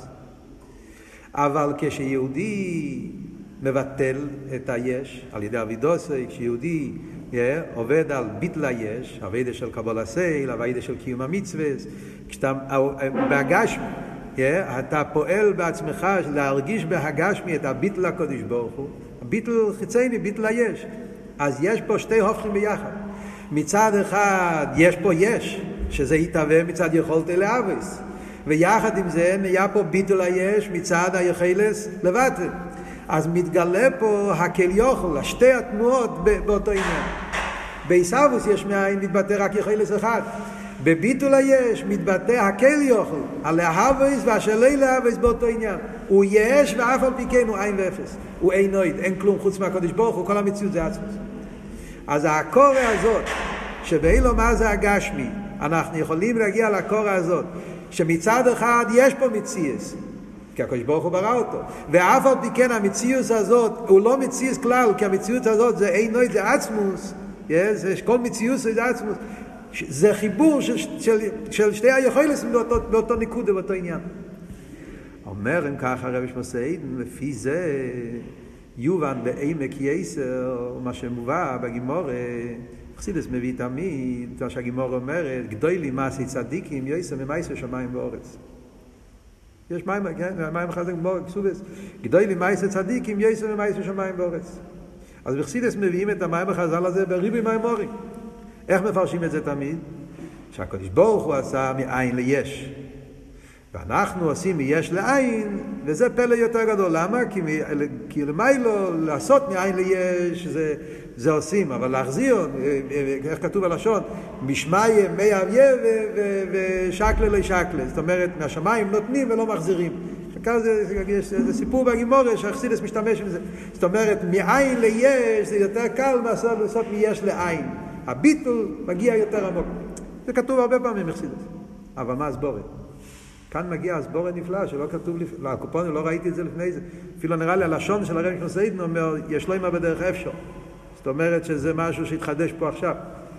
אבל כשיהודי מבטל את היש, על ידי אבידוסי, כשיהודי עובד על ביטל היש, עבודה של קבלה סייל, עבודה של קיום המצווס, כשאתה בהגשמי, אתה פועל בעצמך להרגיש בהגשמי את הביטל הקדוש ברוך הוא, הביטל חיצייני, ביטל היש. אז יש פה שתי הופכים ביחד. מצד אחד יש פה יש, שזה יתהווה מצד יכולת לעבוד. ויחד עם זה נהיה פה ביטל היש מצד היחילס לבטל. אז מתגלה פה הקל יוכל, שתי התנועות באותו עניין. בהסהבוס יש מאין מתבטא רק יחילס אחד. בביטול היש מתבטא הקל יוכל, הלהבוס והשלי להבוס באותו עניין. הוא יש ואף על פי כן הוא עין ואפס. הוא אין נויד, אין כלום חוץ מהקדוש ברוך הוא, כל המציאות זה עצמוס. אז הקורא הזאת, שבאילו מה זה הגשמי, אנחנו יכולים להגיע לקורא הזאת, שמצד אחד יש פה מציאס, כי הקדוש ברוך הוא ברא אותו, ואף על פי כן המציאות הזאת הוא לא מציאות כלל, כי המציאות הזאת זה אין נויד, זה עצמוס, כל מציאות זה עצמוס, זה חיבור של שתי היכולת באותו נקודה, באותו עניין. אומר אם ככה הרבי שמואל סעיד, לפי זה יובן בעמק יסר, מה שמובא בגימורה, חסידס מביא תמיד, מה שהגימורה אומרת, גדולי מעשי צדיקים יסר ממעשה שמיים ואורץ. יש מים, כן? מים חזק גמורה, כסובס. גדולי מעשי צדיקים יסר ממעשה שמיים ואורץ. אז בחסידס מביאים את המים החז"ל הזה בריבוי מימורים. איך מפרשים את זה תמיד? שהקדוש ברוך הוא עשה מאין ליש. ואנחנו עושים מיש לעין, וזה פלא יותר גדול. למה? כי למיילו לעשות מאין ליש זה עושים, אבל להחזיר, איך כתוב בלשון, משמיים מי אביה ושקלה לא שקלה. זאת אומרת, מהשמיים נותנים ולא מחזירים. זה סיפור בגימורה שהחסידס משתמש עם זה. זאת אומרת, מאין ליש זה יותר קל לעשות מיש לעין. הביטול מגיע יותר עמוק. זה כתוב הרבה פעמים בחסידות. אבל מה הסבורת? כאן מגיע הסבורת נפלא שלא כתוב, לקופונים לא ראיתי את זה לפני זה. אפילו נראה לי הלשון של הרבי שמואל סעיד אומר, יש לו אימה בדרך אפשר. זאת אומרת שזה משהו שהתחדש פה עכשיו.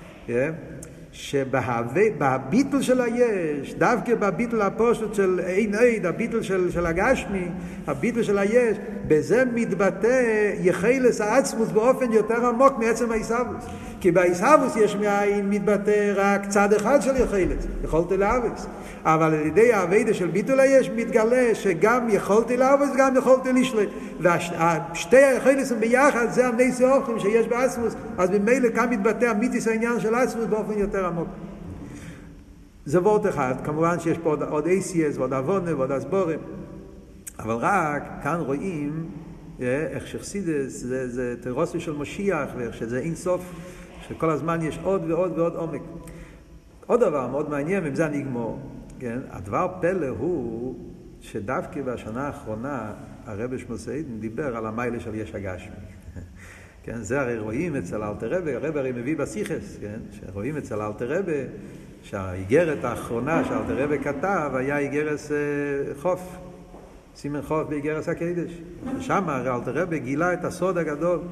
שבביטל של היש, דווקא בביטל הפושט של אין עד, הביטל של הגשמי, הביטל של היש, בזה מתבטא יחילס העצמוס באופן יותר עמוק מעצם ההסהבוס. כי בהסהבוס יש מאין מתבטא רק צד אחד של יחילס, יכולת לעבוד. אבל על ידי העבודה של ביטול היש מתגלה שגם יכולת לעבוד וגם יכולת לשלוט. ושתי היחילסים ביחד זה הנס האופכים שיש בעצמוס, אז ממילא כאן מתבטא אמיתיס העניין של עצמוס באופן יותר עמוק. זה וורט אחד, כמובן שיש פה עוד ACS ועוד אבונה ועוד הסבורים, אבל רק כאן רואים איך שחסידס זה תירוסי של משיח, ואיך שזה אין סוף, שכל הזמן יש עוד ועוד ועוד עומק. עוד דבר מאוד מעניין, אם זה נגמור, כן? הדבר פלא הוא שדווקא בשנה האחרונה הרבי שמואל סעיד דיבר על המיילה של יש הגשמי. כן, זה הרי רואים אצל אלתר רבי, הרבי הרי מביא בסיכס, כן? שרואים אצל אלתר רבי שהאיגרת האחרונה שאלתר רבי כתב היה איגרת חוף, סימן חוף באיגרת הקדש. שם הרי אלתר רבי גילה את הסוד הגדול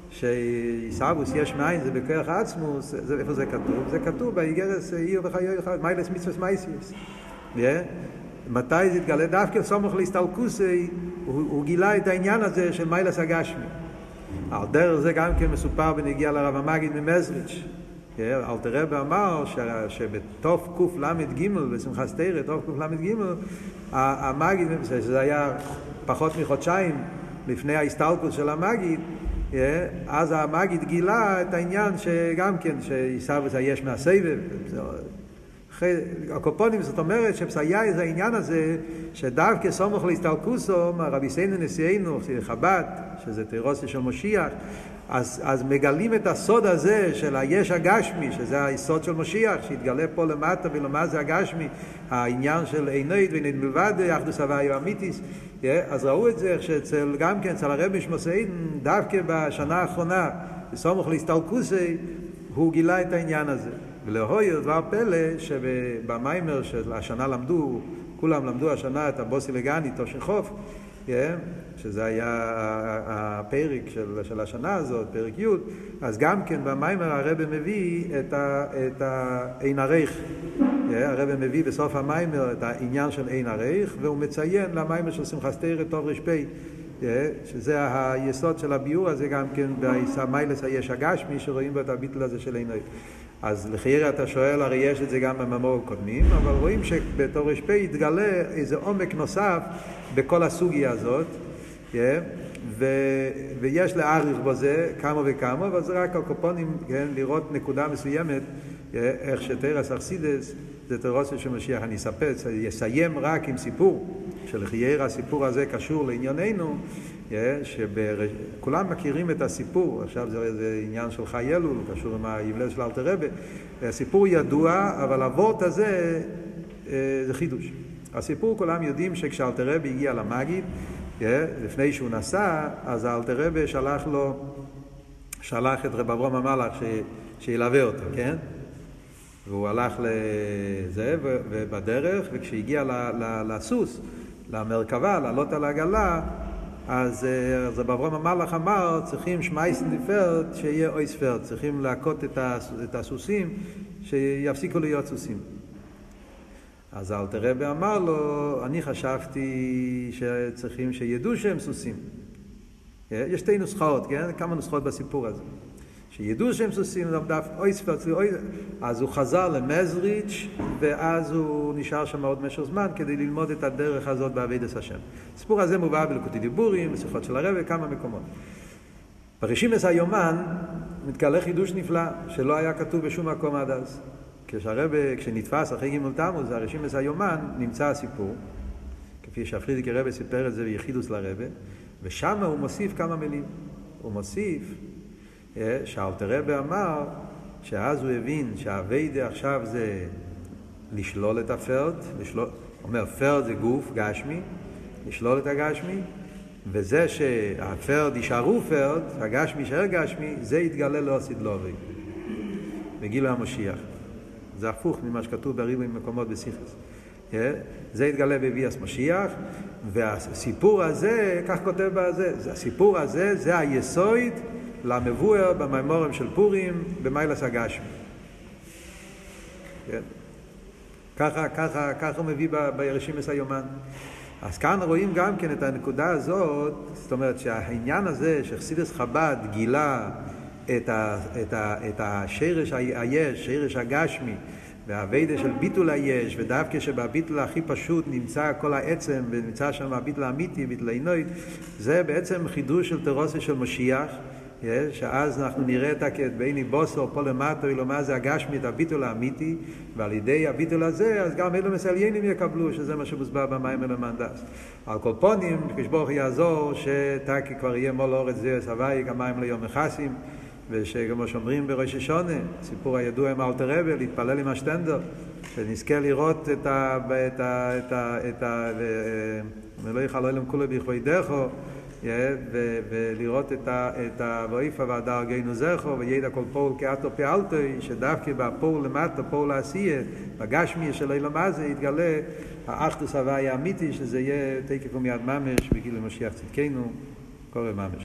שישאבוס יש מאין זה בכוח עצמוס, איפה זה כתוב? זה כתוב באיגרס עיר וחיי אחד, מיילס מצווס מייסיוס. מתי זה התגלה? דווקא סמוך להסתלקוסי, הוא גילה את העניין הזה של מיילס הגשמי. על דרך זה גם כן מסופר בנגיע לרב המגיד ממזריץ'. אלתר רבי אמר שבתוף קוף למד גימל, בשמחת תורה, תוף קוף למד גימל, המגיד, שזה היה פחות מחודשיים לפני ההסתלקות של המגיד, אז המגיד גילה את העניין שגם כן, שישאבוס היש מהסבב. הקופונים, זאת אומרת שפסיה איזה העניין הזה שדווקא סמוך להסתלקוסו, רבי סיינו נשיאנו, חב"ד, שזה תירוסי של משיח, אז מגלים את הסוד הזה של היש הגשמי, שזה היסוד של משיח, שהתגלה פה למטה ולמה זה הגשמי, העניין של עינית ועינית מלבד, אחדוס הוויה אמיתיס. אז ראו את זה גם כן אצל הרבי שמוסעין, דווקא בשנה האחרונה, סמוך להסתלקוסי, הוא גילה את העניין הזה. ולהויר דבר פלא שבמיימר של השנה למדו, כולם למדו השנה את הבוסי לגני תושכוף, שזה היה הפרק של השנה הזאת, פרק י', אז גם כן במיימר הרב מביא את העין הרייך. הרב מביא בסוף המיימר את העניין של עין הרייך, והוא מציין למיימר של שמחת תורה טוב רשפי, שזה היסוד של הביור הזה גם כן במיילס היש הגשמי, שרואים בו את הביטול הזה של עין הרייך. אז לחייר אתה שואל, הרי יש את זה גם במאמרים קודמים, אבל רואים שבתור רשפי יתגלה איזה עומק נוסף בכל הסוגיה הזאת, ויש להעריך בזה כמה וכמה, אבל זה רק הקופונים, לראות נקודה מסוימת, איך שתרס אכסידס, זה תירוסי של משיח. אני אסיים רק עם סיפור, שלחייר הסיפור הזה קשור לענייננו, שכולם מכירים את הסיפור, עכשיו זה עניין של חי אלול, קשור עם היבלס של אלתר רבי, הסיפור ידוע, אבל הוורט הזה זה חידוש. הסיפור כולם יודעים שכשאלתר רבי הגיע למגיד, לפני שהוא נסע, אז אלתר רבי שלח את רב אברהם המלאך שילווה אותו, כן? והוא הלך לזה, ובדרך, וכשהגיע לסוס, למרכבה, לעלות על העגלה, אז רב אברהם המלאך אמר, צריכים שמייסן דיפרד, שיהיה אויספרד, צריכים להכות את הסוסים, שיפסיקו להיות סוסים. אז אלתר רבי אמר לו, אני חשבתי שצריכים שידעו שהם סוסים. יש שתי נוסחאות, כן? כמה נוסחאות בסיפור הזה. שידעו שהם סוסים, אז הוא חזר למזריץ' ואז הוא נשאר שם עוד משהו זמן כדי ללמוד את הדרך הזאת בעבודת השם. הסיפור הזה מובא בליקוטי דיבורים, בשיחות של הרב, כמה מקומות. ברשימס היומן מתגלה חידוש נפלא שלא היה כתוב בשום מקום עד אז. כשנתפס אחרי גימל תמוז, הרשימס היומן נמצא הסיפור, כפי שהפרידיק הרב סיפר את זה ביחידוס לרב, ושם הוא מוסיף כמה מילים. הוא מוסיף שאלתר רבי אמר שאז הוא הבין שהעבודה עכשיו זה לשלול את הפרד, אומר פרד זה גוף גשמי, לשלול את הגשמי, וזה שהפרד יישארו פרד, הגשמי יישאר גשמי, זה יתגלה לא סדלובי בגילו המשיח. זה הפוך ממה שכתוב בריבוי מקומות בסיכס. זה יתגלה בביאס משיח, והסיפור הזה, כך כותב בזה, הסיפור הזה זה היסוד למבואר במאמרים של פורים במיילס הגשמי. ככה הוא מביא ברשימס היומן. אז כאן רואים גם כן את הנקודה הזאת, זאת אומרת שהעניין הזה שחסידס חב"ד גילה את השרש היש, שרש הגשמי, והעבודה של ביטול היש, ודווקא שבביטול הכי פשוט נמצא כל העצם, ונמצא שם הביטול האמיתי, ביטול העינוי, זה בעצם חידוש של תירוסי של משיח, שאז אנחנו נראה את הקט בעיני בוסו פה למטה ולמה זה הגשמי את הביטול האמיתי, ועל ידי הביטול הזה אז גם אלו מסליינים יקבלו, שזה מה שמוסבר במים אלמנדס. על כל פונים כשברוך יעזור שתקי כבר יהיה מול אורץ זה סבי כמים ליום מחסים, ושכמו שאומרים בראש השונה, סיפור הידוע עם אלתר רבי, להתפלל עם השטנדר, שנזכה לראות ולא יחלו אלם כולו ביכוי דרכו, ולראות את הויפה והדר גיינו זכו, וידע כל פול כאתו פעלתוי, שדווקא בפול למטה, פול העשייה, בגשמי של אילם הזה, יתגלה האחדוס הוויה האמיתי, שזה יהיה תקף ומיד ממש, בגיל למשיח צדקנו, קורא ממש.